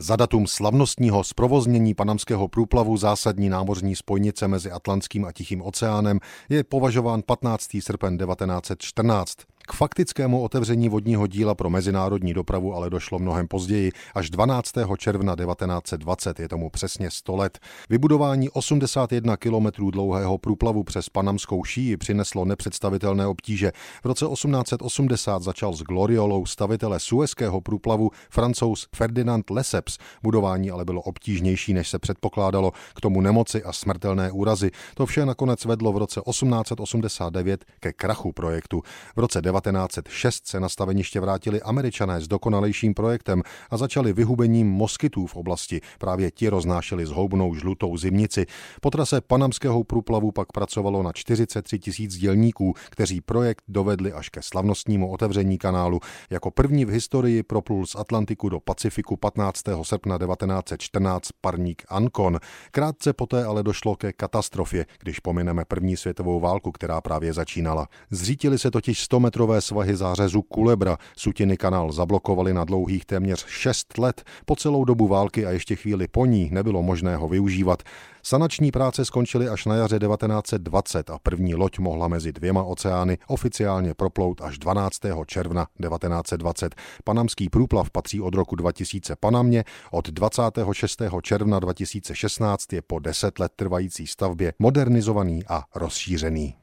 Za datum slavnostního zprovoznění panamského průplavu zásadní námořní spojnice mezi Atlantským a Tichým oceánem je považován 15. srpen 1914. K faktickému otevření vodního díla pro mezinárodní dopravu ale došlo mnohem později, až 12. června 1920, je tomu přesně 100 let. Vybudování 81 kilometrů dlouhého průplavu přes panamskou šíji přineslo nepředstavitelné obtíže. V roce 1880 začal s gloriolou stavitele Suezského průplavu Francouz Ferdinand Lesseps. Budování ale bylo obtížnější, než se předpokládalo, k tomu nemoci a smrtelné úrazy. To vše nakonec vedlo v roce 1889 ke krachu projektu. V roce 1906 se na staveniště vrátili Američané s dokonalejším projektem a začali vyhubením moskytů v oblasti. Právě ti roznášeli zhoubnou žlutou zimnici. Po trase panamského průplavu pak pracovalo na 43 000 dělníků, kteří projekt dovedli až ke slavnostnímu otevření kanálu. Jako první v historii proplul z Atlantiku do Pacifiku 15. srpna 1914 parník Ancon. Krátce poté ale došlo ke katastrofě, když pomineme první světovou válku, která právě začínala. Zřítily se totiž 100-metrové svahy zářezu Kulebra. Sutiny kanál zablokovali na dlouhých téměř 6 let. Po celou dobu války a ještě chvíli po ní nebylo možné ho využívat. Sanační práce skončily až na jaře 1920 a první loď mohla mezi dvěma oceány oficiálně proplout až 12. června 1920. Panamský průplav patří od roku 2000 Panamě, od 26. června 2016 je po 10 let trvající stavbě modernizovaný a rozšířený.